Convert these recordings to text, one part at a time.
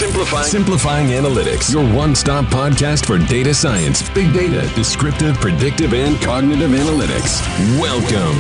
Simplifying Analytics, your one-stop podcast for data science, big data, descriptive, predictive, and cognitive analytics. Welcome.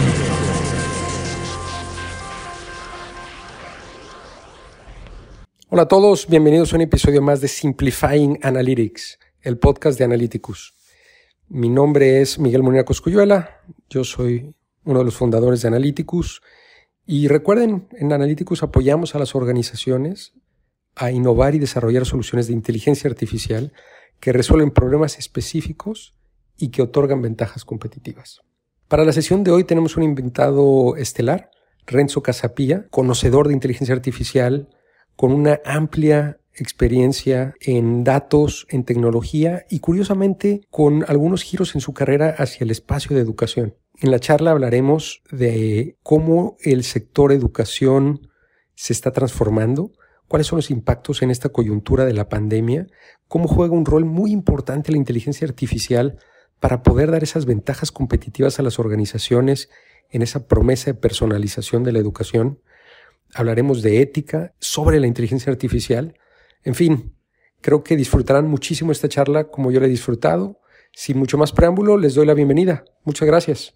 Hola a todos, bienvenidos a un episodio más de Simplifying Analytics, el podcast de Analyticus. Mi nombre es Miguel Molina Cosculluela, yo soy uno de los fundadores de Analyticus y recuerden, en Analyticus apoyamos a las organizaciones a innovar y desarrollar soluciones de inteligencia artificial que resuelven problemas específicos y que otorgan ventajas competitivas. Para la sesión de hoy tenemos un invitado estelar, Renzo Casapia, conocedor de inteligencia artificial, con una amplia experiencia en datos, en tecnología y curiosamente con algunos giros en su carrera hacia el espacio de educación. En la charla hablaremos de cómo el sector educación se está transformando, cuáles son los impactos en esta coyuntura de la pandemia, cómo juega un rol muy importante la inteligencia artificial para poder dar esas ventajas competitivas a las organizaciones en esa promesa de personalización de la educación. Hablaremos de ética sobre la inteligencia artificial. En fin, creo que disfrutarán muchísimo esta charla como yo la he disfrutado. Sin mucho más preámbulo, les doy la bienvenida. Muchas gracias.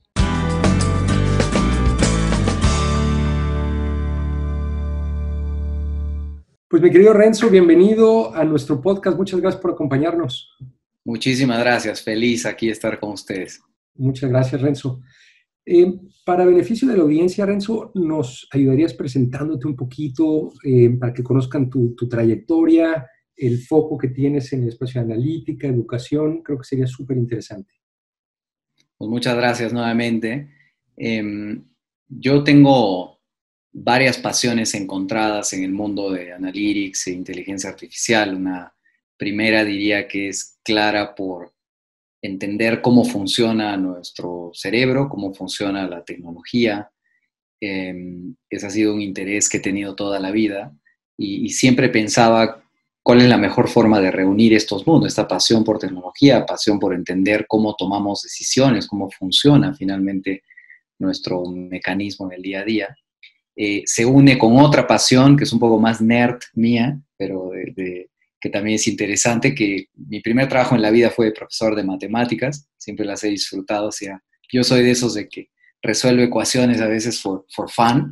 Pues mi querido Renzo, bienvenido a nuestro podcast. Muchas gracias por acompañarnos. Muchísimas gracias. Feliz aquí de estar con ustedes. Muchas gracias, Renzo. Para beneficio de la audiencia, Renzo, ¿nos ayudarías presentándote un poquito para que conozcan tu trayectoria, el foco que tienes en el espacio de analítica, educación? Creo que sería súper interesante. Pues muchas gracias nuevamente. Yo tengo varias pasiones encontradas en el mundo de analytics e inteligencia artificial. Una primera diría que es clara por entender cómo funciona nuestro cerebro, cómo funciona la tecnología. Ese ha sido un interés que he tenido toda la vida y siempre pensaba cuál es la mejor forma de reunir estos mundos, esta pasión por tecnología, pasión por entender cómo tomamos decisiones, cómo funciona finalmente nuestro mecanismo en el día a día. Se une con otra pasión que es un poco más nerd mía, pero que también es interesante, que mi primer trabajo en la vida fue de profesor de matemáticas, siempre las he disfrutado, o sea, yo soy de esos de que resuelve ecuaciones a veces for fun.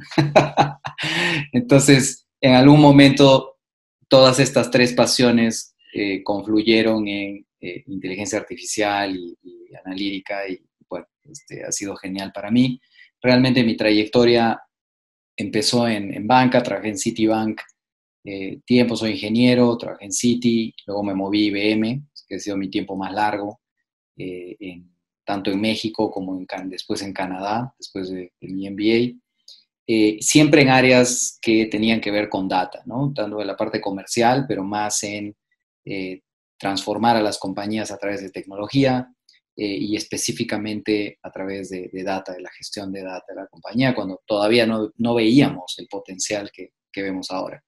Entonces, en algún momento, todas estas tres pasiones confluyeron en inteligencia artificial y analítica, y bueno, ha sido genial para mí. Realmente mi trayectoria empezó en banca, trabajé en Citibank tiempo, soy ingeniero, trabajé en Citi, luego me moví a IBM, que ha sido mi tiempo más largo, tanto en México como después en Canadá, después de mi MBA. Siempre en áreas que tenían que ver con data, ¿no? Tanto de la parte comercial, pero más en transformar a las compañías a través de tecnología, y específicamente a través de data, de la gestión de data de la compañía, cuando todavía no veíamos el potencial que vemos ahora.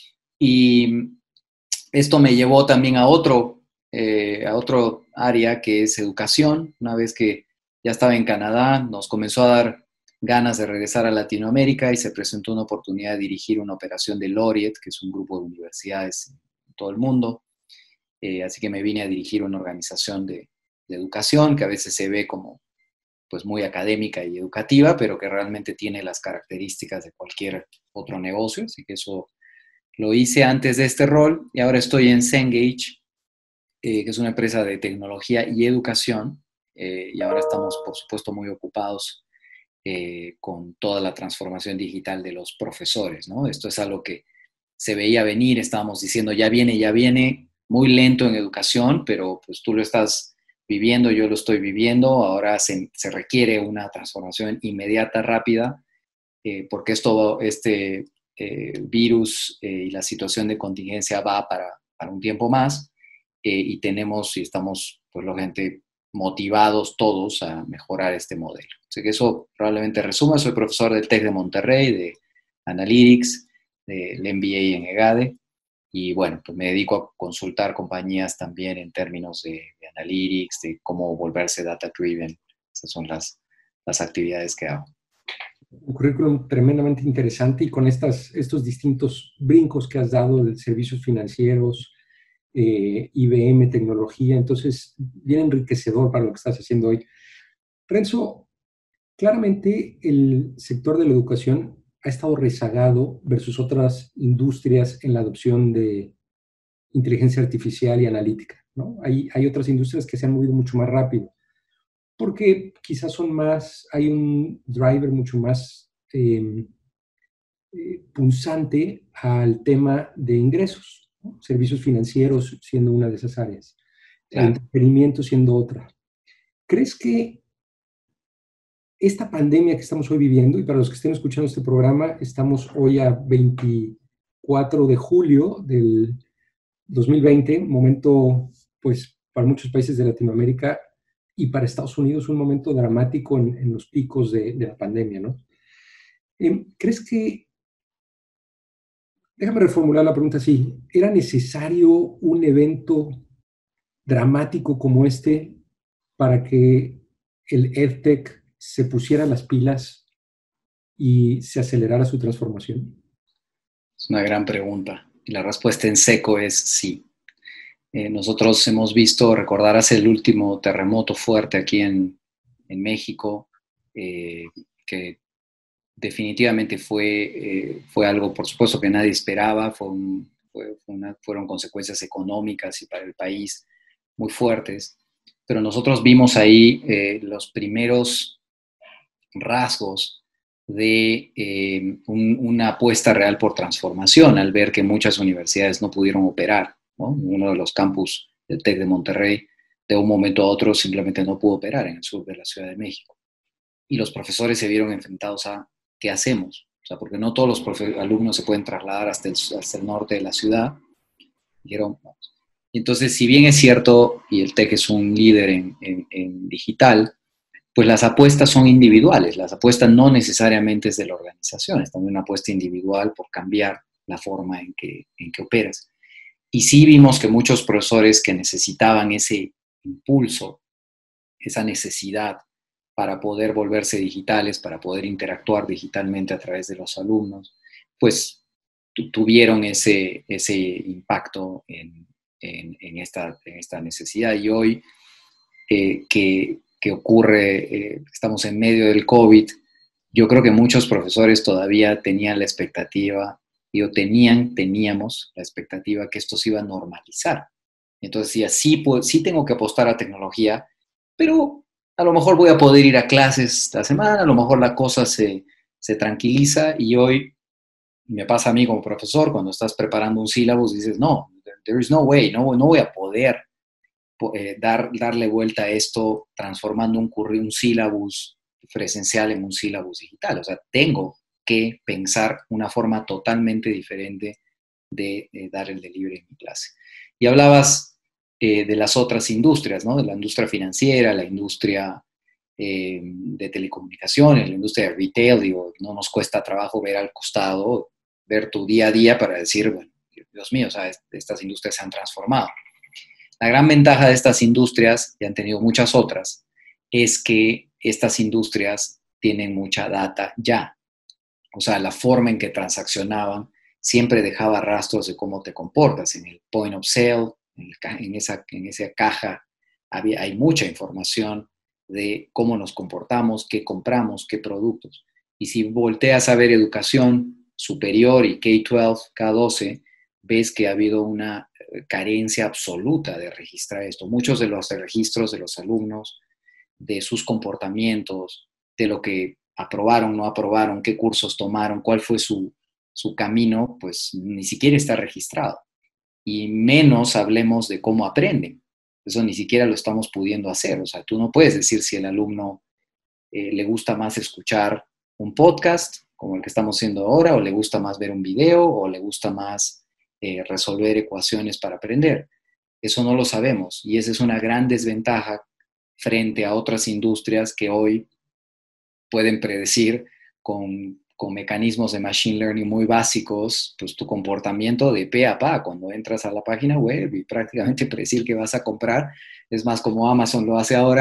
Y esto me llevó también a otro área que es educación. Una vez que ya estaba en Canadá, nos comenzó a dar ganas de regresar a Latinoamérica y se presentó una oportunidad de dirigir una operación de Laureate, que es un grupo de universidades en todo el mundo. Así que me vine a dirigir una organización de educación que a veces se ve como pues muy académica y educativa, pero que realmente tiene las características de cualquier otro negocio. Así que eso lo hice antes de este rol y ahora estoy en Cengage, que es una empresa de tecnología y educación, y ahora estamos, por supuesto, muy ocupados con toda la transformación digital de los profesores, ¿no? Esto es algo que se veía venir, estábamos diciendo ya viene, muy lento en educación, pero pues tú lo estás viviendo, yo lo estoy viviendo, ahora se requiere una transformación inmediata, rápida, porque este virus y la situación de contingencia va para un tiempo más, y estamos, pues, lógicamente, motivados todos a mejorar este modelo. Así que eso probablemente resuma. Soy profesor del TEC de Monterrey, de Analytics, del MBA en EGADE, y bueno, pues me dedico a consultar compañías también en términos de Analytics, de cómo volverse data-driven. Esas son las actividades que hago. un currículum tremendamente interesante y con estos distintos brincos que has dado de servicios financieros, IBM, tecnología, entonces bien enriquecedor para lo que estás haciendo hoy. Renzo, claramente el sector de la educación ha estado rezagado versus otras industrias en la adopción de inteligencia artificial y analítica, ¿no? Hay otras industrias que se han movido mucho más rápido, porque quizás hay un driver mucho más punzante al tema de ingresos, ¿no? Servicios financieros siendo una de esas áreas, el Claro. entretenimiento siendo otra. ¿Crees que esta pandemia que estamos hoy viviendo, y para los que estén escuchando este programa, estamos hoy a 24 de julio del 2020, momento, pues, para muchos países de Latinoamérica y para Estados Unidos, un momento dramático en los picos de la pandemia, ¿no? ¿Crees que, déjame reformular la pregunta así, era necesario un evento dramático como este para que el EdTech se pusiera las pilas y se acelerara su transformación? Es una gran pregunta. Y la respuesta en seco es sí. Nosotros hemos visto, recordarás el último terremoto fuerte aquí en México, que definitivamente fue algo, por supuesto, que nadie esperaba, fueron consecuencias económicas y para el país muy fuertes, pero nosotros vimos ahí los primeros rasgos de una apuesta real por transformación al ver que muchas universidades no pudieron operar, ¿no? Uno de los campus del TEC de Monterrey de un momento a otro simplemente no pudo operar en el sur de la Ciudad de México. Y los profesores se vieron enfrentados a ¿qué hacemos? O sea, porque no todos los alumnos se pueden trasladar hasta el norte de la ciudad. Dijeron, vamos. Entonces, si bien es cierto, y el TEC es un líder en digital, pues las apuestas son individuales. Las apuestas no necesariamente es de la organización, es también una apuesta individual por cambiar la forma en que operas. Y sí vimos que muchos profesores que necesitaban ese impulso, esa necesidad para poder volverse digitales, para poder interactuar digitalmente a través de los alumnos, pues tuvieron ese impacto en esta necesidad. Y hoy que ocurre, estamos en medio del COVID, yo creo que muchos profesores todavía tenían la expectativa, teníamos la expectativa que esto se iba a normalizar. Entonces decía, sí tengo que apostar a tecnología, pero a lo mejor voy a poder ir a clases esta semana, a lo mejor la cosa se tranquiliza y hoy me pasa a mí como profesor, cuando estás preparando un sílabus, dices, no, there is no way, no voy a poder darle vuelta a esto transformando un sílabus presencial en un sílabus digital. O sea, tengo que pensar una forma totalmente diferente de dar el delivery en mi clase. Y hablabas de las otras industrias, ¿no? De la industria financiera, la industria de telecomunicaciones, la industria de retail. Digo, no nos cuesta trabajo ver al costado, ver tu día a día para decir, bueno, Dios mío, o sea, estas industrias se han transformado. La gran ventaja de estas industrias, y han tenido muchas otras, es que estas industrias tienen mucha data ya. O sea, la forma en que transaccionaban siempre dejaba rastros de cómo te comportas. En el point of sale, en esa caja, hay mucha información de cómo nos comportamos, qué compramos, qué productos. Y si volteas a ver educación superior y K-12, K-12, ves que ha habido una carencia absoluta de registrar esto. Muchos de los registros de los alumnos, de sus comportamientos, de lo que aprobaron, no aprobaron, qué cursos tomaron, cuál fue su camino, pues ni siquiera está registrado. Y menos hablemos de cómo aprenden. Eso ni siquiera lo estamos pudiendo hacer. O sea, tú no puedes decir si el alumno le gusta más escuchar un podcast, como el que estamos haciendo ahora, o le gusta más ver un video, o le gusta más resolver ecuaciones para aprender. Eso no lo sabemos. Y esa es una gran desventaja frente a otras industrias que hoy pueden predecir con mecanismos de machine learning muy básicos, pues tu comportamiento de pe a pa cuando entras a la página web y prácticamente predecir qué vas a comprar. Es más como Amazon lo hace ahora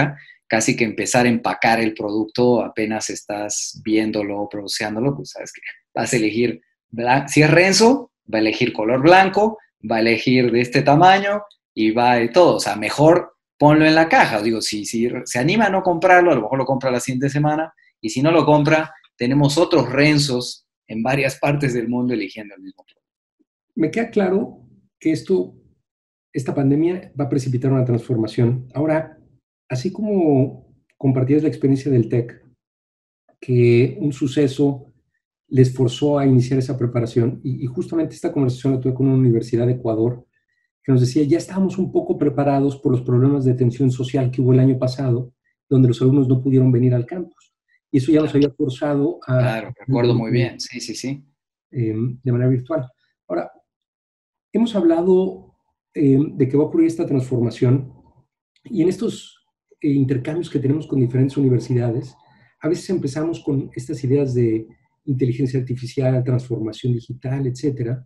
casi que empezar a empacar el producto apenas estás viéndolo, produciéndolo, pues sabes que vas a elegir, si es Renzo, va a elegir color blanco, va a elegir de este tamaño y va de todo. O sea, mejor ponlo en la caja. Digo, si se anima a no comprarlo, a lo mejor lo compra la siguiente semana, y si no lo compra, tenemos otros Renzos en varias partes del mundo eligiendo el mismo producto. Me queda claro que esta pandemia va a precipitar una transformación. Ahora, así como compartías la experiencia del TEC, que un suceso les forzó a iniciar esa preparación, y justamente esta conversación la tuve con una universidad de Ecuador, que nos decía, ya estábamos un poco preparados por los problemas de tensión social que hubo el año pasado, donde los alumnos no pudieron venir al campus. Y eso ya nos había forzado a... Claro, recuerdo muy bien, sí, sí, sí. De manera virtual. Ahora, hemos hablado de que va a ocurrir esta transformación y en estos intercambios que tenemos con diferentes universidades, a veces empezamos con estas ideas de inteligencia artificial, transformación digital, etcétera.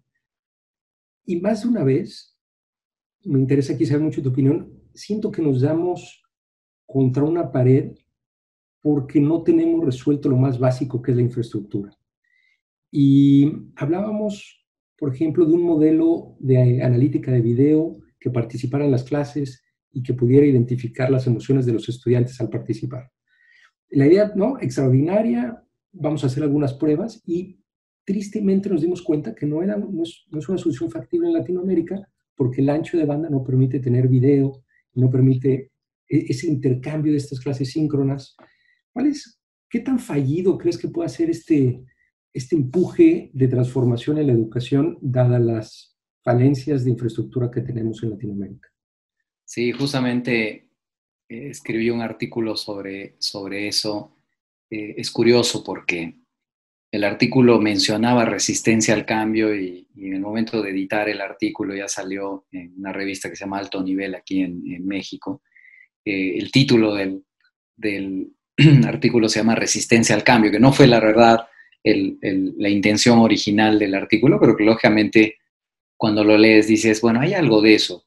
Y más de una vez, me interesa aquí saber mucho tu opinión, siento que nos damos contra una pared porque no tenemos resuelto lo más básico que es la infraestructura. Y hablábamos, por ejemplo, de un modelo de analítica de video que participara en las clases y que pudiera identificar las emociones de los estudiantes al participar. La idea, ¿no? Extraordinaria, vamos a hacer algunas pruebas y tristemente nos dimos cuenta que no es una solución factible en Latinoamérica porque el ancho de banda no permite tener video, no permite ese intercambio de estas clases síncronas. ¿Qué tan fallido crees que pueda ser este empuje de transformación en la educación, dadas las falencias de infraestructura que tenemos en Latinoamérica? Sí, justamente escribí un artículo sobre eso. Es curioso porque el artículo mencionaba resistencia al cambio y en el momento de editar el artículo ya salió en una revista que se llama Alto Nivel aquí en México. El título del artículo se llama Resistencia al cambio, que no fue la verdad la intención original del artículo, pero que lógicamente cuando lo lees dices, bueno, hay algo de eso.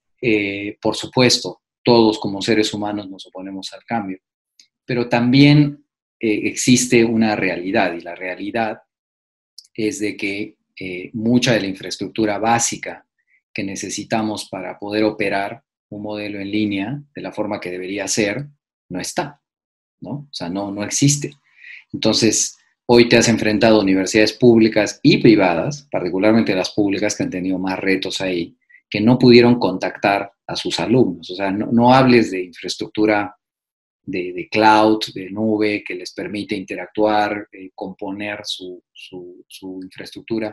Por supuesto, todos como seres humanos nos oponemos al cambio, pero también existe una realidad, y la realidad es de que mucha de la infraestructura básica que necesitamos para poder operar un modelo en línea de la forma que debería ser, no está, ¿no? O sea, no existe. Entonces, hoy te has enfrentado a universidades públicas y privadas, particularmente las públicas que han tenido más retos ahí, que no pudieron contactar a sus alumnos. O sea, no hables de infraestructura de cloud, de nube, que les permite interactuar, componer su infraestructura.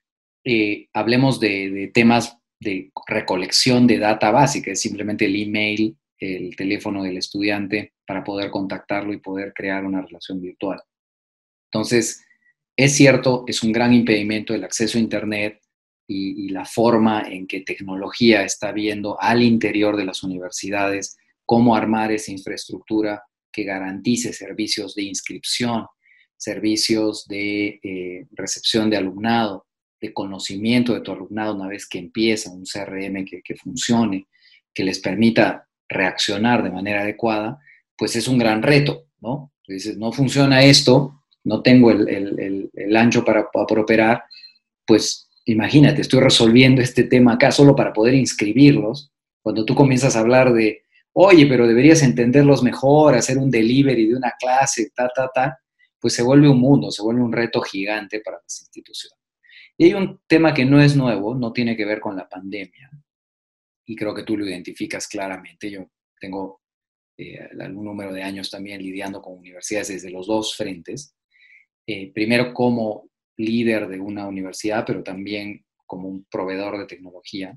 Hablemos de temas de recolección de data básica, es simplemente el email, el teléfono del estudiante para poder contactarlo y poder crear una relación virtual. Entonces, es cierto, es un gran impedimento el acceso a Internet y la forma en que tecnología está viendo al interior de las universidades cómo armar esa infraestructura que garantice servicios de inscripción, servicios de recepción de alumnado, de conocimiento de tu alumnado una vez que empieza, un CRM que funcione, que les permita reaccionar de manera adecuada, pues es un gran reto, ¿no? Entonces, no funciona esto, no tengo el ancho para operar, pues imagínate, estoy resolviendo este tema acá solo para poder inscribirlos. Cuando tú comienzas a hablar de, oye, pero deberías entenderlos mejor, hacer un delivery de una clase, pues se vuelve un mundo, se vuelve un reto gigante para las instituciones. Y hay un tema que no es nuevo, no tiene que ver con la pandemia, y creo que tú lo identificas claramente. Yo tengo algún número de años también lidiando con universidades desde los dos frentes. Primero como líder de una universidad, pero también como un proveedor de tecnología.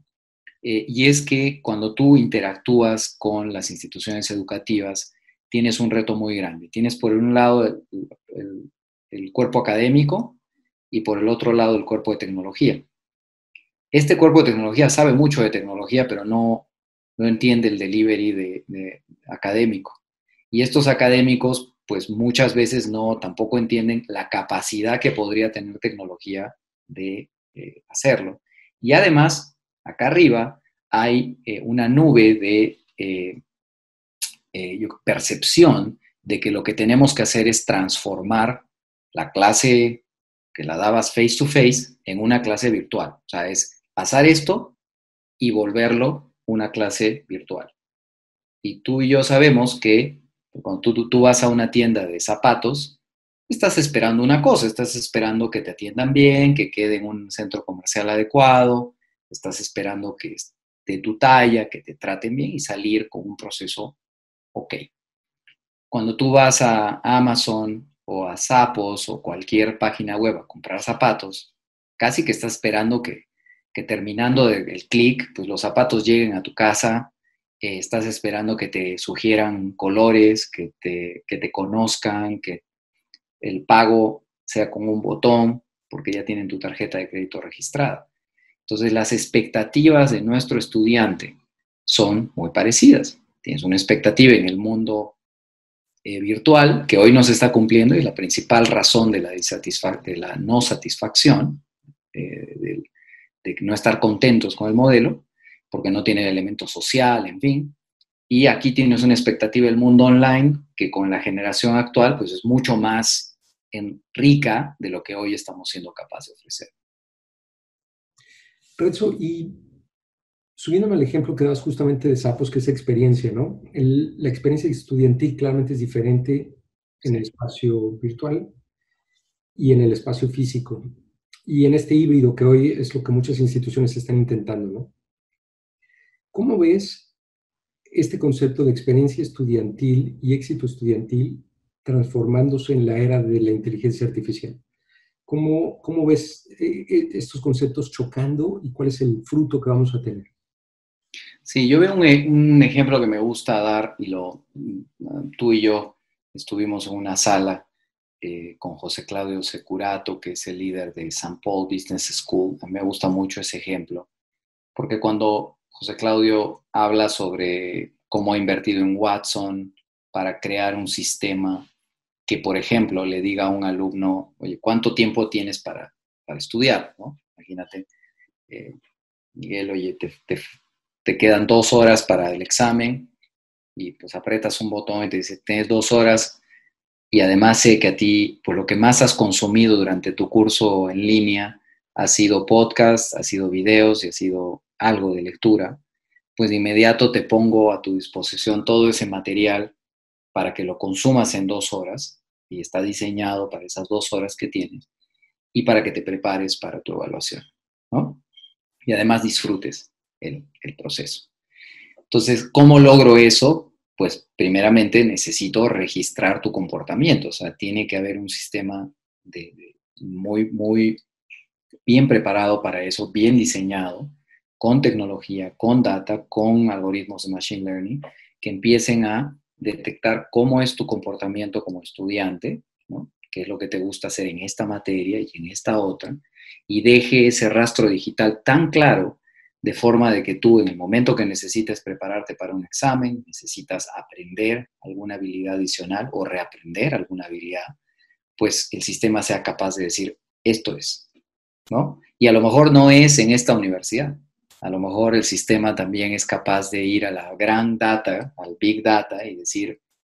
Y es que cuando tú interactúas con las instituciones educativas, tienes un reto muy grande. Tienes por un lado el cuerpo académico y por el otro lado el cuerpo de tecnología. Este cuerpo de tecnología sabe mucho de tecnología, pero no entiende el delivery de académico. Y estos académicos, pues muchas veces tampoco entienden la capacidad que podría tener tecnología de hacerlo. Y además, acá arriba hay una nube percepción de que lo que tenemos que hacer es transformar la clase que la dabas face to face en una clase virtual. O sea, es pasar esto y volverlo una clase virtual. Y tú y yo sabemos que cuando tú vas a una tienda de zapatos, estás esperando una cosa, estás esperando que te atiendan bien, que quede en un centro comercial adecuado, estás esperando que esté tu talla, que te traten bien y salir con un proceso ok. Cuando tú vas a Amazon o a Zappos o cualquier página web a comprar zapatos, casi que estás esperando que terminando el clic, pues los zapatos lleguen a tu casa, estás esperando que te sugieran colores, que te conozcan, que el pago sea con un botón, porque ya tienen tu tarjeta de crédito registrada. Entonces, las expectativas de nuestro estudiante son muy parecidas. Tienes una expectativa en el mundo virtual que hoy no se está cumpliendo y la principal razón de la no satisfacción, de no estar contentos con el modelo, porque no tiene el elemento social, en fin. Y aquí tienes una expectativa del mundo online que con la generación actual pues es mucho más rica de lo que hoy estamos siendo capaces de ofrecer. Renzo, y subiéndome al ejemplo que das justamente de Zappos, que es experiencia, ¿no? La experiencia estudiantil claramente es diferente en el espacio virtual y en el espacio físico. Y en este híbrido que hoy es lo que muchas instituciones están intentando, ¿no? ¿Cómo ves este concepto de experiencia estudiantil y éxito estudiantil transformándose en la era de la inteligencia artificial? ¿Cómo ves estos conceptos chocando y cuál es el fruto que vamos a tener? Sí, yo veo un ejemplo que me gusta dar y tú y yo estuvimos en una sala con José Claudio Securato, que es el líder de St. Paul Business School. A mí me gusta mucho ese ejemplo, porque cuando José Claudio habla sobre cómo ha invertido en Watson para crear un sistema que, por ejemplo, le diga a un alumno, oye, ¿cuánto tiempo tienes para estudiar? ¿No? Imagínate, Miguel, oye, te quedan 2 horas para el examen y pues apretas un botón y te dice, tienes 2 horas y además sé que a ti, por lo que más has consumido durante tu curso en línea, ha sido podcast, ha sido videos y ha sido algo de lectura, pues de inmediato te pongo a tu disposición todo ese material para que lo consumas en 2 horas y está diseñado para esas 2 horas que tienes y para que te prepares para tu evaluación, ¿no? Y además disfrutes el proceso. Entonces, ¿cómo logro eso? Pues primeramente necesito registrar tu comportamiento, o sea, tiene que haber un sistema muy, muy bien preparado para eso, bien diseñado, con tecnología, con data, con algoritmos de machine learning, que empiecen a detectar cómo es tu comportamiento como estudiante, ¿no? Qué es lo que te gusta hacer en esta materia y en esta otra, y deje ese rastro digital tan claro de forma de que tú en el momento que necesites prepararte para un examen, necesitas aprender alguna habilidad adicional o reaprender alguna habilidad, pues el sistema sea capaz de decir, esto es, ¿no? Y a lo mejor no es en esta universidad. A lo mejor el sistema también es capaz de ir a la gran data, al big data y decir,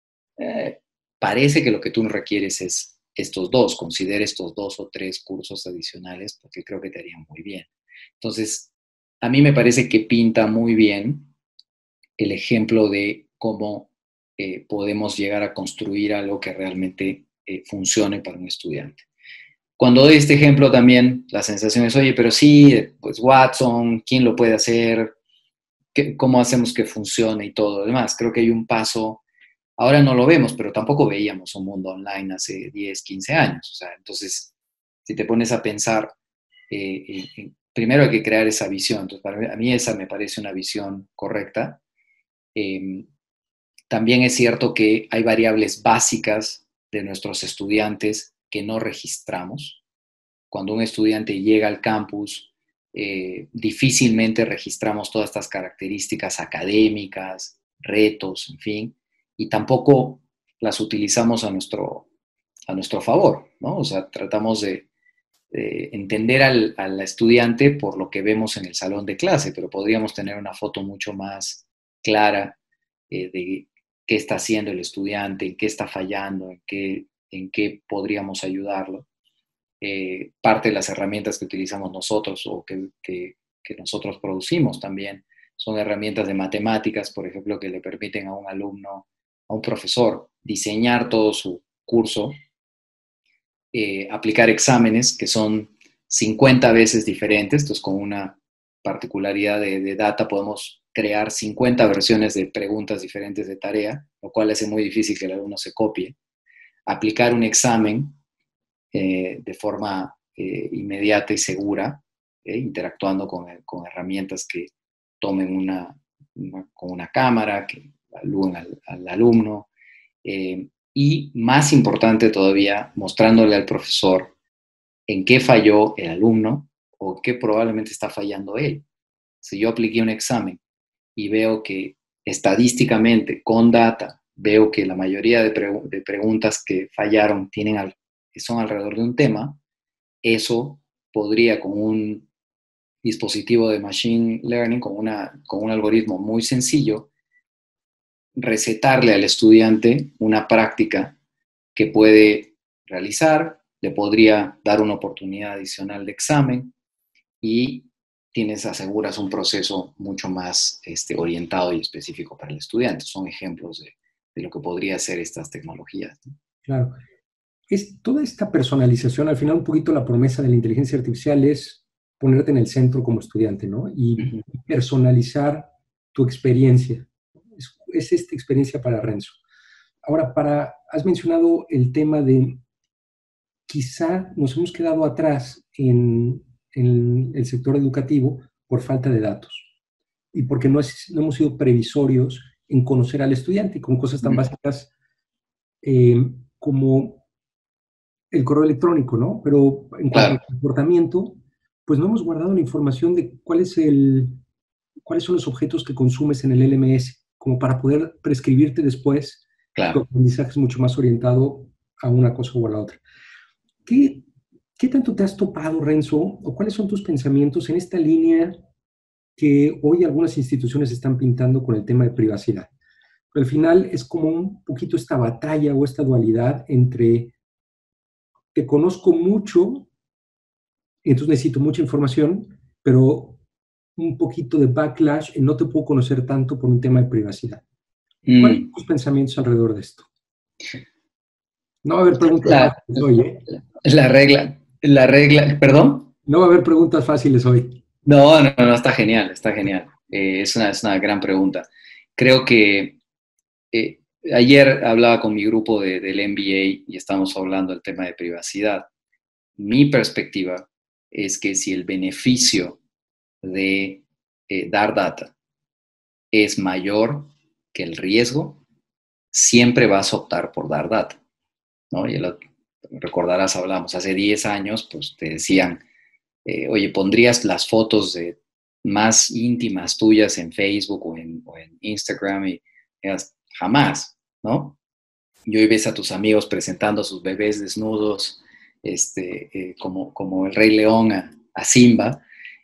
parece que lo que tú requieres es estos dos, considera estos 2 o 3 cursos adicionales porque creo que te harían muy bien. Entonces, a mí me parece que pinta muy bien el ejemplo de cómo podemos llegar a construir algo que realmente funcione para un estudiante. Cuando doy este ejemplo también, la sensación es, oye, pero sí, pues Watson, ¿quién lo puede hacer? ¿Cómo hacemos que funcione y todo lo demás? Creo que hay un paso, ahora no lo vemos, pero tampoco veíamos un mundo online hace 10, 15 años. O sea, entonces, si te pones a pensar, primero hay que crear esa visión. Entonces, a mí esa me parece una visión correcta. También es cierto que hay variables básicas de nuestros estudiantes que no registramos. Cuando un estudiante llega al campus, difícilmente registramos todas estas características académicas, retos, en fin, y tampoco las utilizamos a nuestro favor, ¿no? O sea, tratamos de entender al estudiante por lo que vemos en el salón de clase, pero podríamos tener una foto mucho más clara de qué está haciendo el estudiante, en qué está fallando, en qué podríamos ayudarlo. Parte de las herramientas que utilizamos nosotros o que nosotros producimos también son herramientas de matemáticas, por ejemplo, que le permiten a un alumno, a un profesor, diseñar todo su curso, aplicar exámenes que son 50 veces diferentes. Entonces, con una particularidad de data podemos crear 50 versiones de preguntas diferentes de tarea, lo cual hace muy difícil que el alumno se copie. Aplicar un examen de forma inmediata y segura, interactuando con herramientas que tomen con una cámara, que evalúen al alumno, y más importante todavía, mostrándole al profesor en qué falló el alumno o qué probablemente está fallando él. Si yo apliqué un examen y veo que estadísticamente, con data, veo que la mayoría de preguntas que fallaron son alrededor de un tema, eso podría, con un dispositivo de machine learning, con un algoritmo muy sencillo, recetarle al estudiante una práctica que puede realizar, le podría dar una oportunidad adicional de examen y aseguras un proceso mucho más orientado y específico para el estudiante. Son ejemplos de lo que podría ser estas tecnologías, ¿no? Claro. Toda esta personalización, al final un poquito la promesa de la inteligencia artificial es ponerte en el centro como estudiante, ¿no? Y personalizar tu experiencia. Es esta experiencia para Renzo. Ahora, has mencionado el tema de quizá nos hemos quedado atrás en el sector educativo por falta de datos y porque no hemos sido previsorios en conocer al estudiante con cosas tan básicas como el correo electrónico, ¿no? Pero en cuanto al comportamiento, pues no hemos guardado la información de cuáles son los objetos que consumes en el LMS, como para poder prescribirte después. Tu aprendizaje es mucho más orientado a una cosa o a la otra. ¿Qué tanto te has topado, Renzo, o cuáles son tus pensamientos en esta línea que hoy algunas instituciones están pintando con el tema de privacidad? Pero al final es como un poquito esta batalla o esta dualidad entre te conozco mucho, entonces necesito mucha información, pero un poquito de backlash en no te puedo conocer tanto por un tema de privacidad. ¿Cuáles son tus pensamientos alrededor de esto? No va a haber preguntas fáciles hoy, ¿eh? La regla, ¿perdón? No va a haber preguntas fáciles hoy. No, está genial, está genial. Es una gran pregunta. Creo que ayer hablaba con mi grupo del MBA y estamos hablando del tema de privacidad. Mi perspectiva es que si el beneficio de dar data es mayor que el riesgo, siempre vas a optar por dar data, ¿no? Recordarás, hablamos hace 10 años, pues te decían, oye, ¿pondrías las fotos más íntimas tuyas en Facebook o en Instagram? Y jamás, ¿no? Y hoy ves a tus amigos presentando a sus bebés desnudos, como el Rey León a Simba,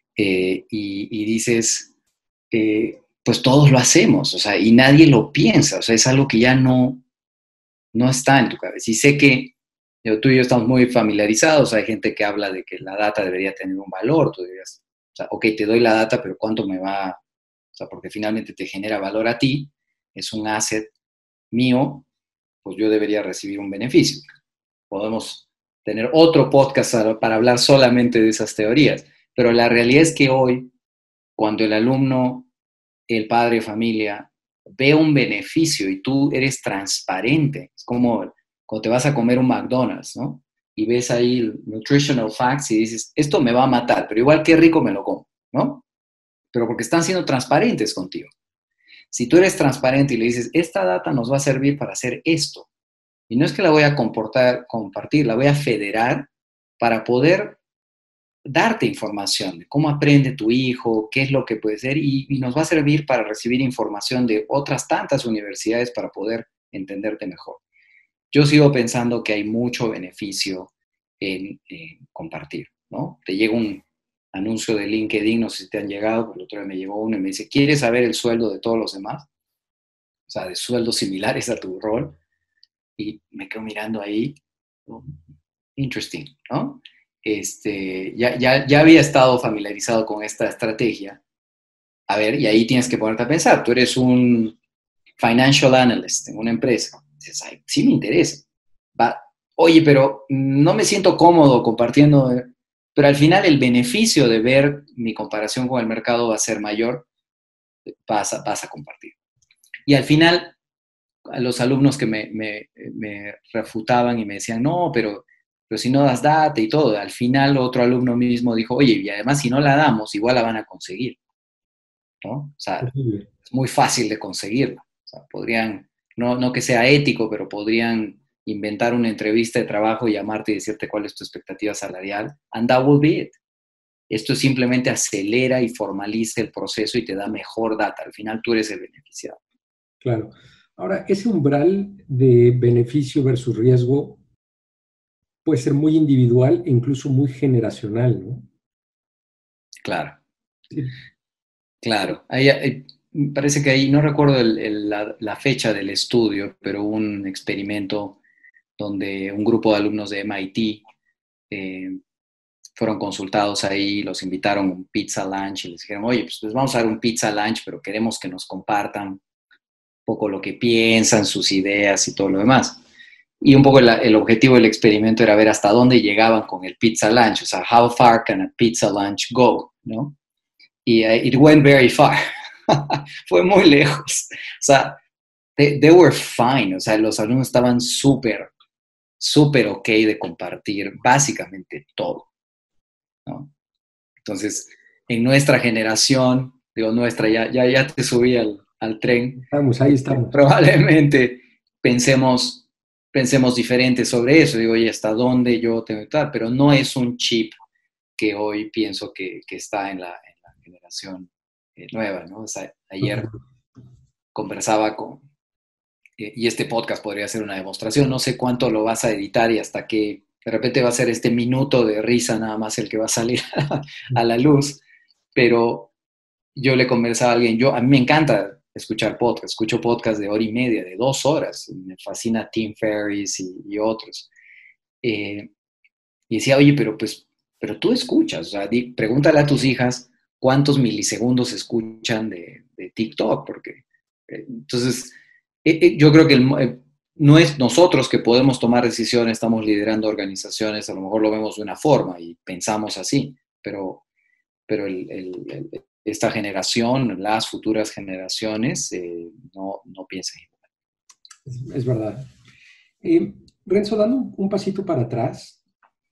y dices, pues todos lo hacemos, o sea, y nadie lo piensa, o sea, es algo que ya no está en tu cabeza. Y sé que tú y yo estamos muy familiarizados, hay gente que habla de que la data debería tener un valor, tú dirías, o sea, ok, te doy la data, pero ¿cuánto me va? O sea, porque finalmente te genera valor a ti, es un asset mío, pues yo debería recibir un beneficio. Podemos tener otro podcast para hablar solamente de esas teorías, pero la realidad es que hoy, cuando el alumno, el padre de familia, ve un beneficio y tú eres transparente, es como cuando te vas a comer un McDonald's, ¿no? Y ves ahí el nutritional facts y dices, esto me va a matar, pero igual qué rico me lo como, ¿no? Pero porque están siendo transparentes contigo. Si tú eres transparente y le dices, esta data nos va a servir para hacer esto, y no es que la voy a compartir, la voy a federar para poder darte información de cómo aprende tu hijo, qué es lo que puede ser, y nos va a servir para recibir información de otras tantas universidades para poder entenderte mejor. Yo sigo pensando que hay mucho beneficio en compartir, ¿no? Te llega un anuncio de LinkedIn, no sé si te han llegado, pero el otro día me llegó uno y me dice, ¿quieres saber el sueldo de todos los demás? sea, de sueldos similares a tu rol, y me quedo mirando ahí, oh, interesting, ¿no? Ya había estado familiarizado con esta estrategia. A ver, y ahí tienes que ponerte a pensar, tú eres un financial analyst en una empresa, dices, ay, sí me interesa, va, oye, pero no me siento cómodo compartiendo, pero al final el beneficio de ver mi comparación con el mercado va a ser mayor, vas a compartir. Y al final, a los alumnos que me refutaban y me decían, no, pero si no das data y todo, al final otro alumno mismo dijo, oye, y además si no la damos, igual la van a conseguir, ¿no? O sea, es muy fácil de conseguirla. O sea, podrían, no que sea ético, pero podrían inventar una entrevista de trabajo y llamarte y decirte cuál es tu expectativa salarial, and that will be it. Esto simplemente acelera y formaliza el proceso y te da mejor data. Al final tú eres el beneficiado. Claro. Ahora, ese umbral de beneficio versus riesgo puede ser muy individual e incluso muy generacional, ¿no? Claro. Sí. Claro. Parece que ahí, no recuerdo la fecha del estudio, pero hubo un experimento donde un grupo de alumnos de MIT fueron consultados ahí, los invitaron a un pizza lunch y les dijeron, oye, pues les vamos a dar un pizza lunch, pero queremos que nos compartan un poco lo que piensan, sus ideas y todo lo demás. Y un poco el objetivo del experimento era ver hasta dónde llegaban con el pizza lunch, o sea, how far can a pizza lunch go, ¿no? Y it went very far. Fue muy lejos. O sea, they were fine. O sea, los alumnos estaban súper ok de compartir básicamente todo, ¿no? Entonces, en nuestra generación, digo nuestra, ya te subí al tren. Ahí estamos. Probablemente pensemos diferente sobre eso. Digo, oye, ¿hasta dónde yo tengo que estar? Pero no es un chip que hoy pienso que está en la generación nueva, ¿no? O sea, ayer conversaba y este podcast podría ser una demostración, no sé cuánto lo vas a editar y hasta que de repente va a ser este minuto de risa nada más el que va a salir a la luz, pero yo le conversaba a alguien, a mí me encanta escuchar podcasts, escucho podcasts de hora y media, de 2 horas, me fascina Tim Ferriss y otros. Y decía, oye, pero tú escuchas, o sea, pregúntale a tus hijas cuántos milisegundos escuchan de TikTok, porque entonces yo creo que no es nosotros que podemos tomar decisiones, estamos liderando organizaciones, a lo mejor lo vemos de una forma y pensamos así, pero esta generación, las futuras generaciones, no piensan igual. Es verdad. Renzo, dando un pasito para atrás,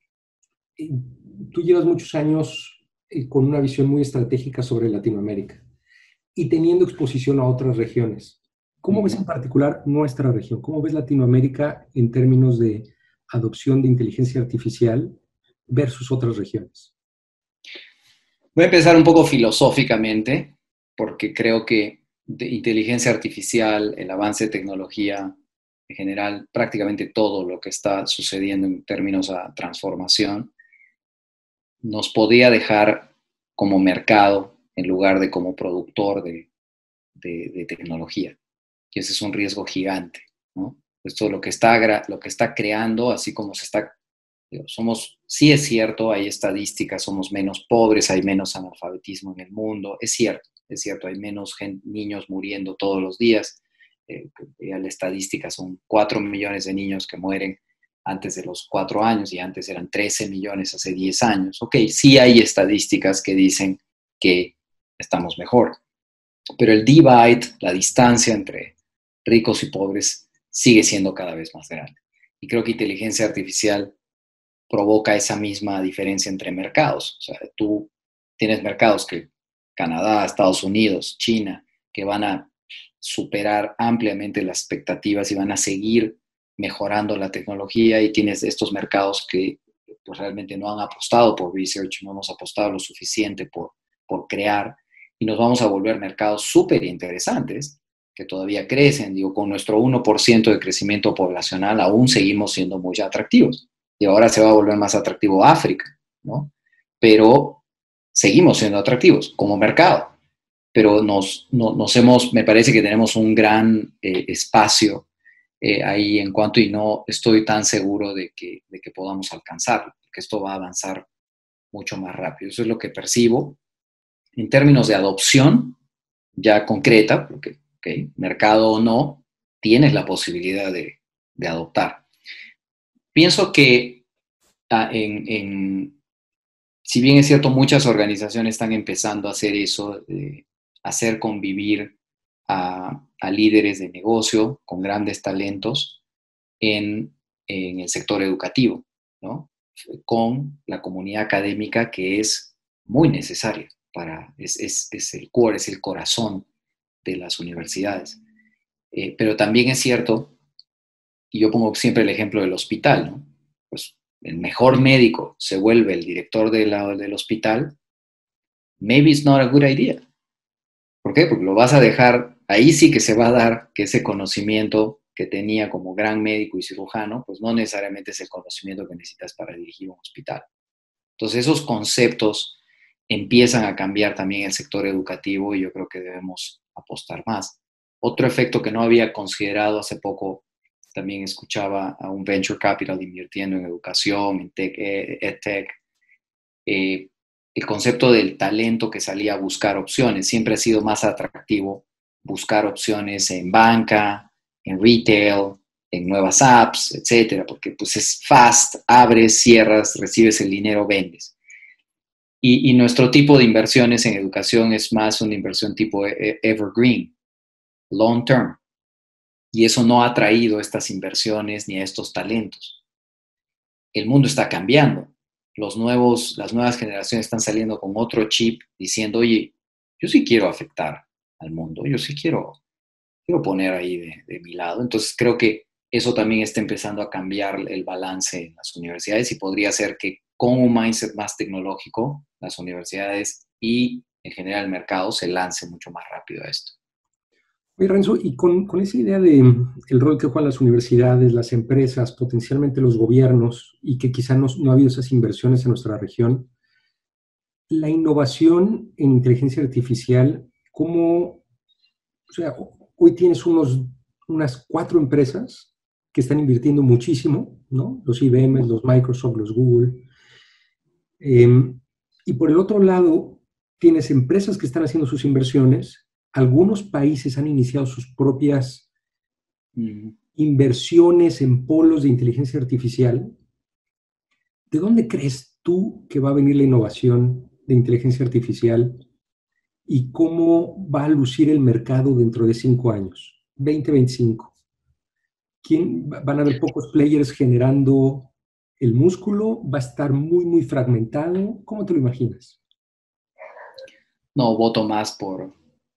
tú llevas muchos años con una visión muy estratégica sobre Latinoamérica y teniendo exposición a otras regiones. ¿Cómo ves en particular nuestra región? ¿Cómo ves Latinoamérica en términos de adopción de inteligencia artificial versus otras regiones? Voy a empezar un poco filosóficamente, porque creo que de inteligencia artificial, el avance de tecnología en general, prácticamente todo lo que está sucediendo en términos de transformación, nos podría dejar como mercado en lugar de como productor de tecnología. Y ese es un riesgo gigante, ¿no? Esto lo que está creando, así como se está, sí es cierto, hay estadísticas, somos menos pobres, hay menos analfabetismo en el mundo, es cierto, hay menos niños muriendo todos los días, la estadística son 4 millones de niños que mueren antes de los 4 años y antes eran 13 millones hace 10 años. Ok, sí hay estadísticas que dicen que estamos mejor, pero el divide, la distancia entre ricos y pobres, sigue siendo cada vez más grande. Y creo que inteligencia artificial provoca esa misma diferencia entre mercados. O sea, tú tienes mercados que Canadá, Estados Unidos, China, que van a superar ampliamente las expectativas y van a seguir mejorando la tecnología, y tienes estos mercados que pues, realmente no han apostado por research, no hemos apostado lo suficiente por crear, y nos vamos a volver mercados súper interesantes que todavía crecen. Digo, con nuestro 1% de crecimiento poblacional aún seguimos siendo muy atractivos. Y ahora se va a volver más atractivo África, ¿no? Pero seguimos siendo atractivos como mercado. pero me parece que tenemos un gran espacio ahí en cuanto, y no estoy tan seguro de que podamos alcanzarlo, porque esto va a avanzar mucho más rápido. Eso es lo que percibo. En términos de adopción ya concreta, porque mercado o no, tienes la posibilidad de adoptar. Pienso que si bien es cierto, muchas organizaciones están empezando a hacer eso, hacer convivir a líderes de negocio con grandes talentos en el sector educativo, ¿no? Con la comunidad académica, que es muy necesaria es el core, es el corazón de las universidades. Pero también es cierto, y yo pongo siempre el ejemplo del hospital, ¿no? Pues el mejor médico se vuelve el director del hospital, maybe it's not a good idea. ¿Por qué? Porque lo vas a dejar, ahí sí que se va a dar que ese conocimiento que tenía como gran médico y cirujano, pues no necesariamente es el conocimiento que necesitas para dirigir un hospital. Entonces esos conceptos empiezan a cambiar también el sector educativo, y yo creo que debemos apostar más. Otro efecto que no había considerado hace poco, también escuchaba a un venture capital invirtiendo en educación, en tech, edtech, el concepto del talento que salía a buscar opciones. Siempre ha sido más atractivo buscar opciones en banca, en retail, en nuevas apps, etcétera, porque pues es fast, abres, cierras, recibes el dinero, vendes. Y nuestro tipo de inversiones en educación es más una inversión tipo evergreen, long term. Y eso no ha traído estas inversiones ni a estos talentos. El mundo está cambiando. Las nuevas generaciones están saliendo con otro chip diciendo, oye, yo sí quiero afectar al mundo, yo sí quiero poner ahí de mi lado. Entonces creo que eso también está empezando a cambiar el balance en las universidades, y podría ser que con un mindset más tecnológico, las universidades y en general el mercado se lance mucho más rápido a esto. Oye, Renzo, y con esa idea de el rol que juegan las universidades, las empresas, potencialmente los gobiernos, y que quizá no ha habido esas inversiones en nuestra región, la innovación en inteligencia artificial, ¿cómo? O sea, hoy tienes unas 4 empresas que están invirtiendo muchísimo, ¿no? Los IBM, los Microsoft, los Google. Y por el otro lado, tienes empresas que están haciendo sus inversiones. Algunos países han iniciado sus propias inversiones en polos de inteligencia artificial. ¿De dónde crees tú que va a venir la innovación de inteligencia artificial y cómo va a lucir el mercado dentro de 5 años, 2025? ¿Van a haber pocos players generando el músculo? ¿Va a estar muy, muy fragmentado? ¿Cómo te lo imaginas? No, voto más por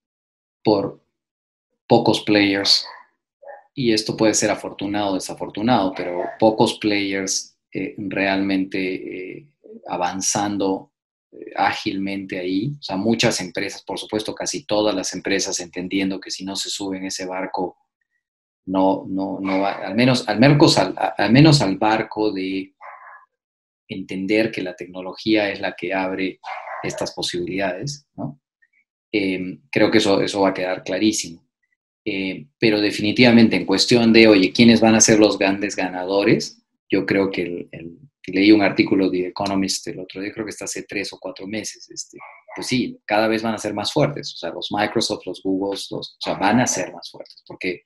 pocos players, y esto puede ser afortunado o desafortunado, pero pocos players realmente avanzando ágilmente ahí. O sea, muchas empresas, por supuesto, casi todas las empresas entendiendo que si no se suben ese barco, no va, al menos al barco de entender que la tecnología es la que abre estas posibilidades, ¿no? Creo que eso va a quedar clarísimo. Pero definitivamente en cuestión de, oye, ¿quiénes van a ser los grandes ganadores? Yo creo que leí un artículo de The Economist el otro día, creo que está hace 3 o 4 meses, pues sí, cada vez van a ser más fuertes. O sea, los Microsoft, los Google, o sea, van a ser más fuertes. Porque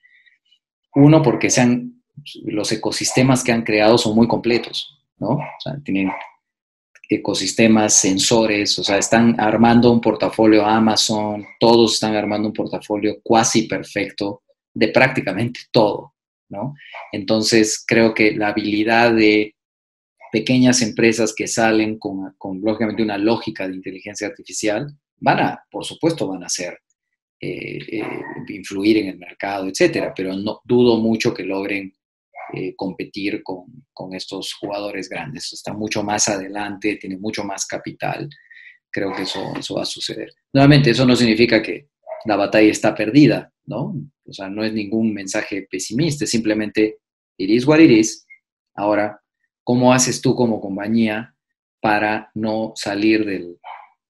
los ecosistemas que han creado son muy completos, ¿no? O sea, tienen ecosistemas, sensores, o sea, están armando un portafolio Amazon, todos están armando un portafolio cuasi perfecto de prácticamente todo, ¿no? Entonces, creo que la habilidad de pequeñas empresas que salen con lógicamente una lógica de inteligencia artificial, por supuesto, van a ser influir en el mercado, etcétera, pero no dudo mucho que logren competir con estos jugadores grandes. Está mucho más adelante, tiene mucho más capital. Creo que eso va a suceder. Nuevamente, eso no significa que la batalla está perdida, ¿no? O sea, no es ningún mensaje pesimista, es simplemente it is what it is. Ahora, ¿cómo haces tú como compañía para no salir del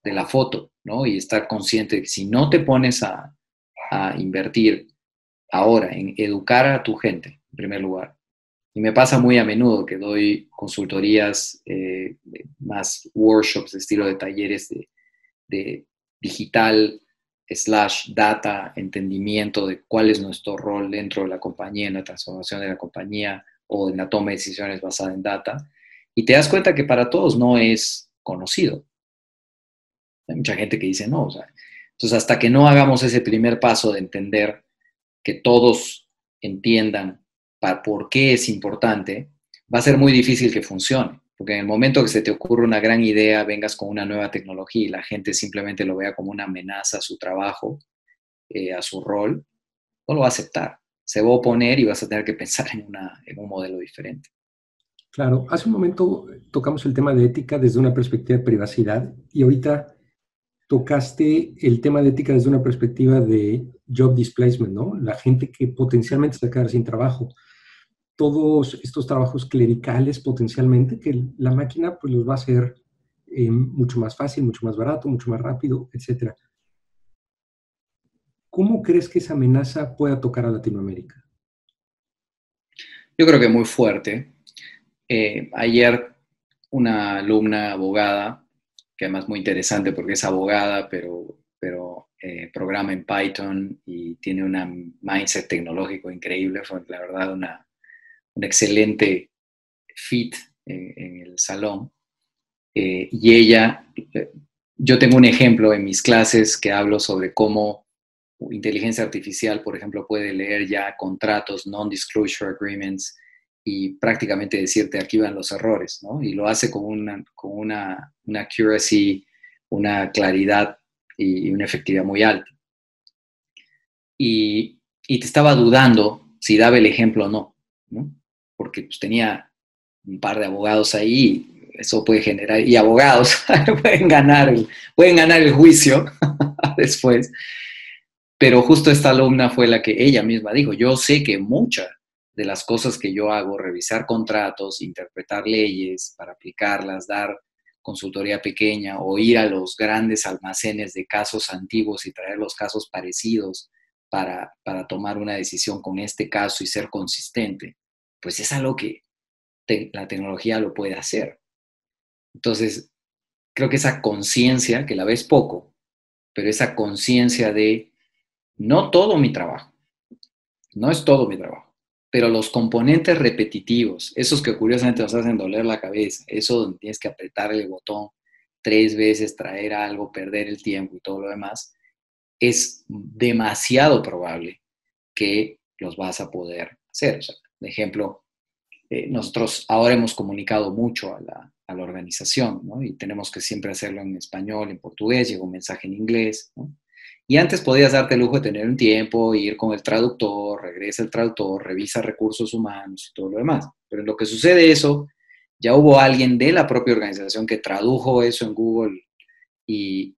de la foto, ¿no? Y estar consciente de que si no te pones a invertir ahora en educar a tu gente, en primer lugar, y me pasa muy a menudo que doy consultorías, más workshops de estilo de talleres de digital / data, entendimiento de cuál es nuestro rol dentro de la compañía, en la transformación de la compañía o en la toma de decisiones basada en data. Y te das cuenta que para todos no es conocido. Hay mucha gente que dice no. O sea, entonces, hasta que no hagamos ese primer paso de entender que todos entiendan por qué es importante, va a ser muy difícil que funcione. Porque en el momento que se te ocurre una gran idea, vengas con una nueva tecnología y la gente simplemente lo vea como una amenaza a su trabajo, a su rol, no lo va a aceptar. Se va a oponer y vas a tener que pensar en un modelo diferente. Claro, hace un momento tocamos el tema de ética desde una perspectiva de privacidad y ahorita tocaste el tema de ética desde una perspectiva de job displacement, ¿no? La gente que potencialmente se va a quedar sin trabajo. Todos estos trabajos clericales potencialmente, que la máquina pues los va a hacer mucho más fácil, mucho más barato, mucho más rápido, etcétera. ¿Cómo crees que esa amenaza pueda tocar a Latinoamérica? Yo creo que muy fuerte. Ayer una alumna abogada, que además es muy interesante porque es abogada, pero programa en Python y tiene un mindset tecnológico increíble, fue la verdad un excelente fit en el salón. Y ella, yo tengo un ejemplo en mis clases que hablo sobre cómo inteligencia artificial, por ejemplo, puede leer ya contratos, non-disclosure agreements, y prácticamente decirte aquí van los errores, ¿no? Y lo hace con una accuracy, una claridad y una efectividad muy alta. Y te estaba dudando si daba el ejemplo o no, ¿no? Porque pues, tenía un par de abogados ahí, eso puede generar, y abogados pueden ganar el juicio después. Pero justo esta alumna fue la que ella misma dijo, yo sé que muchas de las cosas que yo hago, revisar contratos, interpretar leyes para aplicarlas, dar consultoría pequeña o ir a los grandes almacenes de casos antiguos y traer los casos parecidos para tomar una decisión con este caso y ser consistente, pues es algo que la tecnología lo puede hacer. Entonces, creo que esa conciencia, que la ves poco, pero esa conciencia de no todo mi trabajo, no es todo mi trabajo, pero los componentes repetitivos, esos que curiosamente nos hacen doler la cabeza, eso donde tienes que apretar el botón 3 veces, traer algo, perder el tiempo y todo lo demás, es demasiado probable que los vas a poder hacer. O sea, de ejemplo, nosotros ahora hemos comunicado mucho a la organización, ¿no? Y tenemos que siempre hacerlo en español, en portugués, llega un mensaje en inglés, ¿no? Y antes podías darte el lujo de tener un tiempo, ir con el traductor, regresa el traductor, revisa recursos humanos y todo lo demás. Pero en lo que sucede eso, ya hubo alguien de la propia organización que tradujo eso en Google y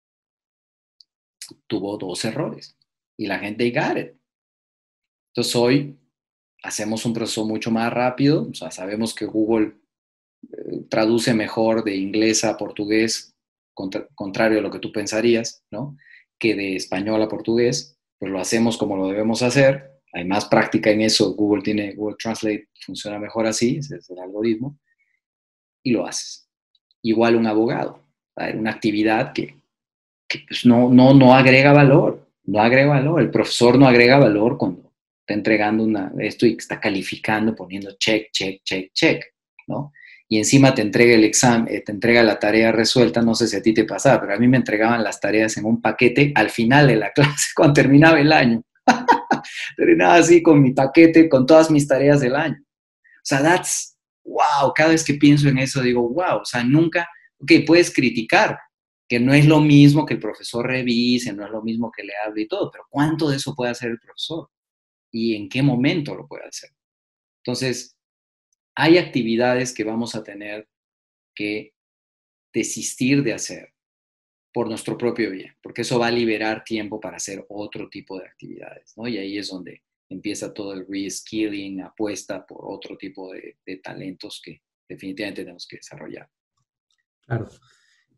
tuvo 2 errores. Y la gente got it. Entonces hoy hacemos un proceso mucho más rápido. O sea, sabemos que Google traduce mejor de inglés a portugués, contrario a lo que tú pensarías, ¿no? Que de español a portugués, pues lo hacemos como lo debemos hacer. Hay más práctica en eso. Google Translate funciona mejor así, ese es el algoritmo, y lo haces. Igual un abogado, ¿vale? Una actividad que pues no agrega valor, no agrega valor. El profesor no agrega valor cuando está entregando esto y está calificando, poniendo check, check, check, check, ¿no? Y encima te entrega el examen, te entrega la tarea resuelta, no sé si a ti te pasaba, pero a mí me entregaban las tareas en un paquete al final de la clase, cuando terminaba el año. Terminaba así con mi paquete, con todas mis tareas del año. O sea, wow, cada vez que pienso en eso digo, wow, o sea, nunca, ok, puedes criticar, que no es lo mismo que el profesor revise, no es lo mismo que le hable y todo, pero ¿cuánto de eso puede hacer el profesor? ¿Y en qué momento lo puede hacer? Entonces, hay actividades que vamos a tener que desistir de hacer por nuestro propio bien, porque eso va a liberar tiempo para hacer otro tipo de actividades, ¿no? Y ahí es donde empieza todo el reskilling, apuesta por otro tipo de talentos que definitivamente tenemos que desarrollar. Claro.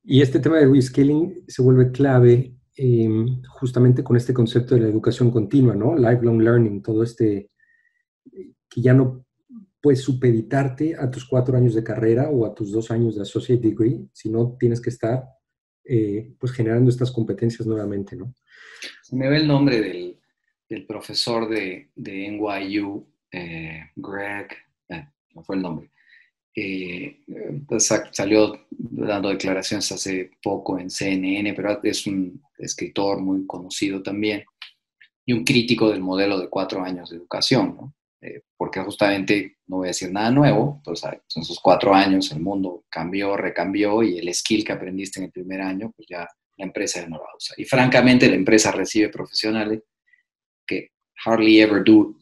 Y este tema de reskilling se vuelve clave justamente con este concepto de la educación continua, ¿no? Lifelong learning, todo que ya no puedes supeditarte a tus 4 años de carrera o a tus 2 años de associate degree, sino tienes que estar pues generando estas competencias nuevamente, ¿no? Se me ve el nombre del profesor de NYU, Greg, no fue el nombre. Pues salió dando declaraciones hace poco en CNN, pero es un escritor muy conocido también y un crítico del modelo de 4 años de educación, ¿no? Porque justamente, no voy a decir nada nuevo, pues en esos 4 años el mundo cambió, recambió y el skill que aprendiste en el primer año, pues ya la empresa ya no lo va a usar. Y francamente la empresa recibe profesionales que hardly ever do,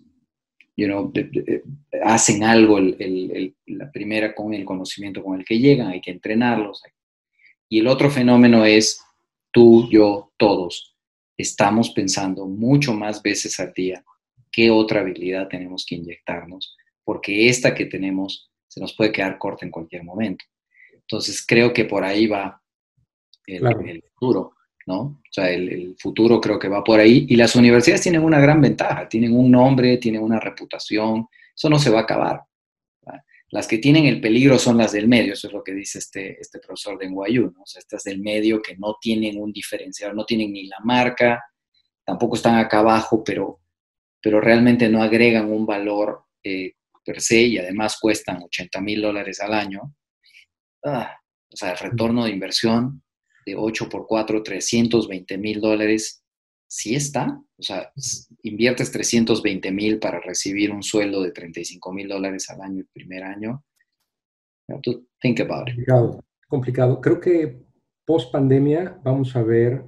hacen algo la primera con el conocimiento con el que llegan, hay que entrenarlos. Y el otro fenómeno es tú, yo, todos estamos pensando mucho más veces al día qué otra habilidad tenemos que inyectarnos, porque esta que tenemos se nos puede quedar corta en cualquier momento. Entonces creo que por ahí va el futuro, ¿no? O sea, el futuro creo que va por ahí, y las universidades tienen una gran ventaja, tienen un nombre, tienen una reputación, eso no se va a acabar. Las que tienen el peligro son las del medio, eso es lo que dice este profesor de NYU, ¿no? O sea, estas del medio que no tienen un diferencial, no tienen ni la marca, tampoco están acá abajo, pero realmente no agregan un valor per se, y además cuestan $80,000 al año. O sea, el retorno de inversión de 8 por 4, $320,000, sí está. O sea, inviertes $320,000 para recibir un sueldo de $35,000 al año el primer año. You have to think about it. Complicado. Creo que post pandemia vamos a ver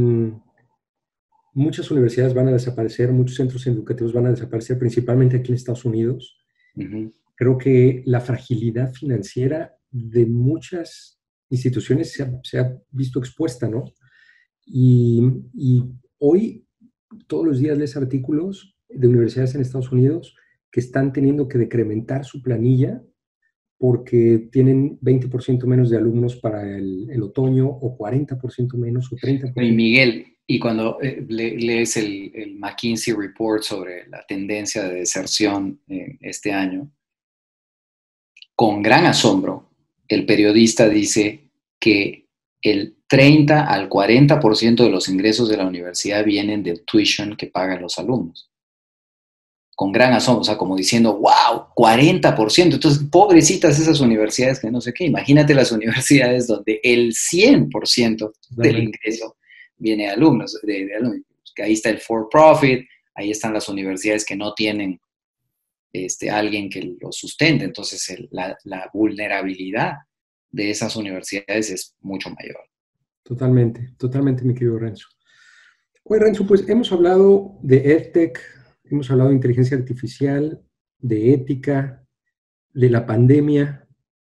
muchas universidades van a desaparecer, muchos centros educativos van a desaparecer, principalmente aquí en Estados Unidos. Uh-huh. Creo que la fragilidad financiera de muchas instituciones se ha visto expuesta, ¿no? Y hoy, todos los días lees artículos de universidades en Estados Unidos que están teniendo que decrementar su planilla porque tienen 20% menos de alumnos para el otoño, o 40% menos, o 30%. Y Miguel, y cuando lees el McKinsey Report sobre la tendencia de deserción este año, con gran asombro, el periodista dice que el 30 al 40% de los ingresos de la universidad vienen del tuition que pagan los alumnos. Con gran asombro, o sea, como diciendo, wow, 40%. Entonces, pobrecitas esas universidades que no sé qué. Imagínate las universidades donde el 100% del ingreso viene de alumnos. De alumnos. Ahí está el for-profit, ahí están las universidades que no tienen alguien que lo sustente. Entonces, la vulnerabilidad de esas universidades es mucho mayor. Totalmente, totalmente, mi querido Renzo. Oye, Renzo, pues hemos hablado de EdTech, hemos hablado de inteligencia artificial, de ética, de la pandemia.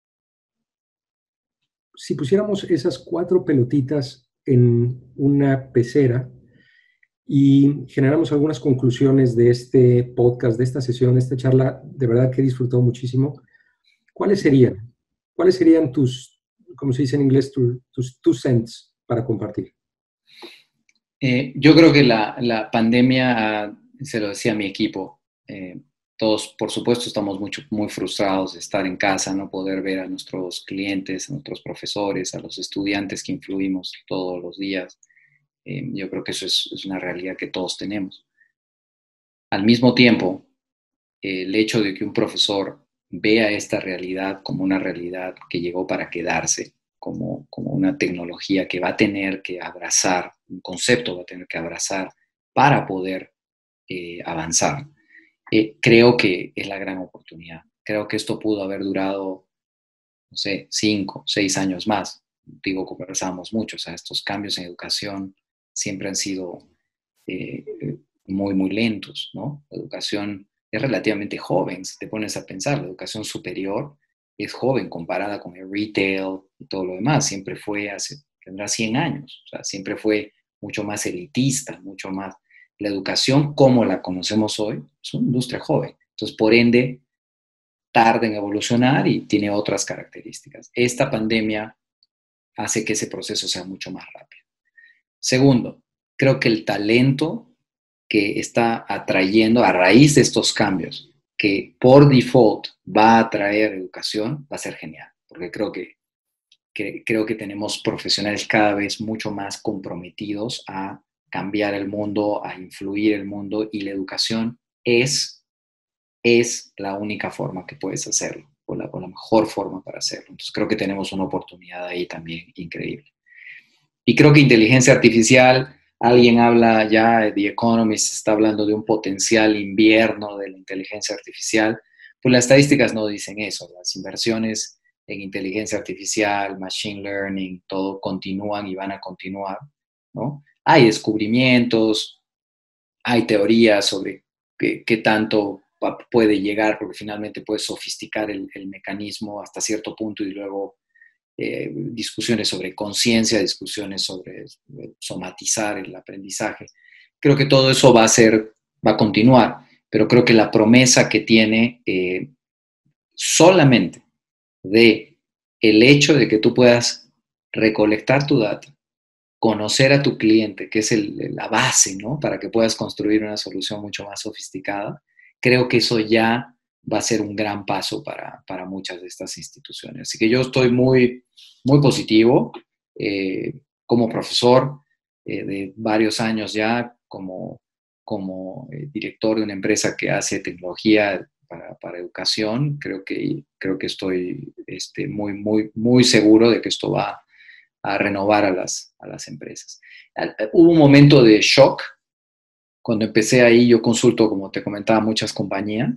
Si pusiéramos esas 4 pelotitas en una pecera y generamos algunas conclusiones de este podcast, de esta sesión, de esta charla, de verdad que he disfrutado muchísimo, ¿cuáles serían? ¿Cuáles serían tus, como se dice en inglés, tus 2 cents para compartir? Yo creo que la pandemia, se lo decía a mi equipo, todos, por supuesto, estamos muy frustrados de estar en casa, no poder ver a nuestros clientes, a nuestros profesores, a los estudiantes que influimos todos los días. Yo creo que eso es una realidad que todos tenemos. Al mismo tiempo, el hecho de que un profesor vea esta realidad como una realidad que llegó para quedarse, como una tecnología que va a tener que abrazar, un concepto va a tener que abrazar para poder avanzar. Creo que es la gran oportunidad. Creo que esto pudo haber durado, no sé, 5, 6 años más. Digo, conversamos mucho, o sea, estos cambios en educación siempre han sido muy, muy lentos, ¿no? La educación es relativamente joven, si te pones a pensar, la educación superior es joven comparada con el retail y todo lo demás. Siempre fue tendrá 100 años, o sea, siempre fue mucho más elitista, mucho más. La educación como la conocemos hoy es una industria joven, entonces por ende tarda en evolucionar y tiene otras características. Esta pandemia hace que ese proceso sea mucho más rápido. Segundo, creo que el talento que está atrayendo a raíz de estos cambios, que por default va a traer educación, va a ser genial, porque creo que tenemos profesionales cada vez mucho más comprometidos a cambiar el mundo, a influir el mundo, y la educación es la única forma que puedes hacerlo, o la mejor forma para hacerlo. Entonces creo que tenemos una oportunidad ahí también increíble. Y creo que inteligencia artificial, alguien habla ya, The Economist está hablando de un potencial invierno de la inteligencia artificial, pues las estadísticas no dicen eso. Las inversiones en inteligencia artificial, machine learning, todo continúan y van a continuar, ¿no? Hay descubrimientos, hay teorías sobre qué tanto puede llegar, porque finalmente puede sofisticar el mecanismo hasta cierto punto, y luego discusiones sobre conciencia, discusiones sobre somatizar el aprendizaje. Creo que todo eso va a continuar, pero creo que la promesa que tiene solamente de el hecho de que tú puedas recolectar tu data, conocer a tu cliente, que es la base, ¿no?, para que puedas construir una solución mucho más sofisticada, creo que eso ya va a ser un gran paso para muchas de estas instituciones. Así que yo estoy muy, muy positivo como profesor de varios años ya, como director de una empresa que hace tecnología para educación. Creo que estoy muy, muy, muy seguro de que esto va a renovar a las empresas. Hubo un momento de shock. Cuando empecé ahí, yo consulto, como te comentaba, muchas compañías,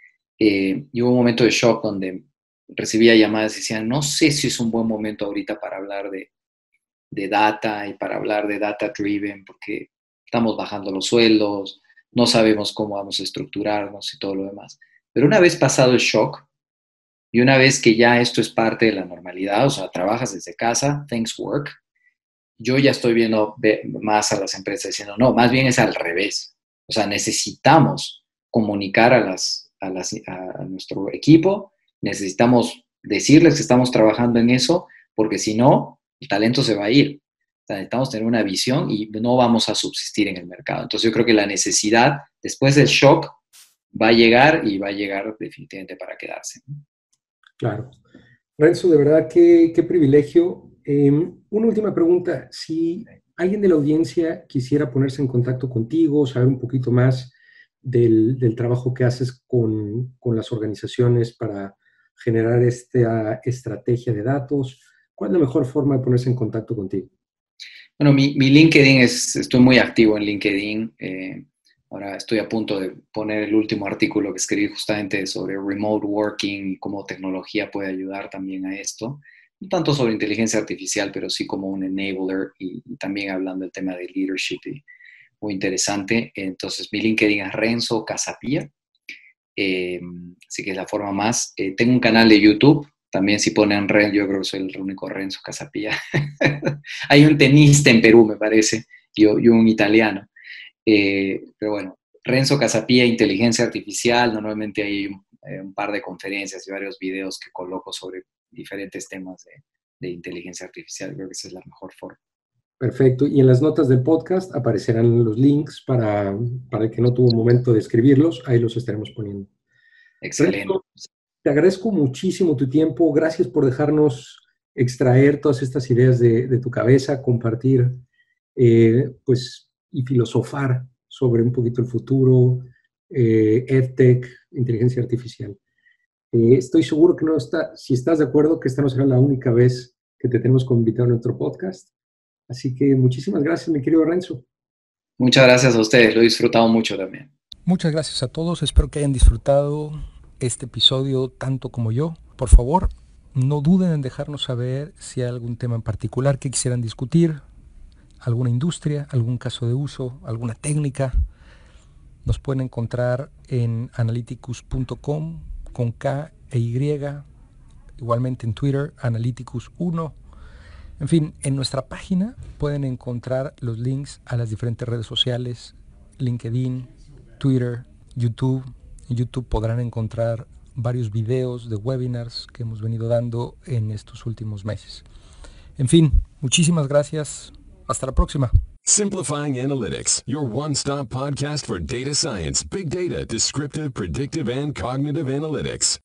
y hubo un momento de shock donde recibía llamadas y decían, no sé si es un buen momento ahorita para hablar de data y para hablar de data driven, porque estamos bajando los sueldos, no sabemos cómo vamos a estructurarnos y todo lo demás. Pero una vez pasado el shock, y una vez que ya esto es parte de la normalidad, o sea, trabajas desde casa, things work, yo ya estoy viendo más a las empresas diciendo, no, más bien es al revés. O sea, necesitamos comunicar a nuestro equipo, necesitamos decirles que estamos trabajando en eso, porque si no, el talento se va a ir. O sea, necesitamos tener una visión y no vamos a subsistir en el mercado. Entonces yo creo que la necesidad, después del shock, va a llegar, y va a llegar definitivamente para quedarse. Claro. Renzo, de verdad, qué privilegio. Una última pregunta. Si alguien de la audiencia quisiera ponerse en contacto contigo, saber un poquito más del trabajo que haces con las organizaciones para generar esta estrategia de datos, ¿cuál es la mejor forma de ponerse en contacto contigo? Bueno, mi LinkedIn estoy muy activo en LinkedIn. Ahora estoy a punto de poner el último artículo que escribí justamente sobre remote working y cómo tecnología puede ayudar también a esto. No tanto sobre inteligencia artificial, pero sí como un enabler, y también hablando del tema de leadership, y muy interesante. Entonces, mi LinkedIn es Renzo Casapía. Así que es la forma más. Tengo un canal de YouTube. También si ponen yo creo que soy el único Renzo Casapía. Hay un tenista en Perú, me parece, y un italiano. Pero bueno, Renzo Casapía, inteligencia artificial. Normalmente hay un par de conferencias y varios videos que coloco sobre diferentes temas de inteligencia artificial. Creo que esa es la mejor forma. Perfecto. Y en las notas del podcast aparecerán los links para el que no tuvo un momento de escribirlos. Ahí los estaremos poniendo. Excelente. Renzo, te agradezco muchísimo tu tiempo. Gracias por dejarnos extraer todas estas ideas de tu cabeza, compartir y filosofar sobre un poquito el futuro, EdTech, inteligencia artificial. Estoy seguro que si estás de acuerdo, que esta no será la única vez que te tenemos como invitado en nuestro podcast. Así que muchísimas gracias, mi querido Renzo. Muchas gracias a ustedes, lo he disfrutado mucho también. Muchas gracias a todos, espero que hayan disfrutado este episodio tanto como yo. Por favor, no duden en dejarnos saber si hay algún tema en particular que quisieran discutir, alguna industria, algún caso de uso, alguna técnica. Nos pueden encontrar en analyticus.com con K e Y, igualmente en Twitter, Analyticus1. En fin, en nuestra página pueden encontrar los links a las diferentes redes sociales, LinkedIn, Twitter, YouTube. En YouTube podrán encontrar varios videos de webinars que hemos venido dando en estos últimos meses. En fin, muchísimas gracias. Hasta la próxima. Simplifying Analytics, your one-stop podcast for data science, big data, descriptive, predictive, and cognitive analytics.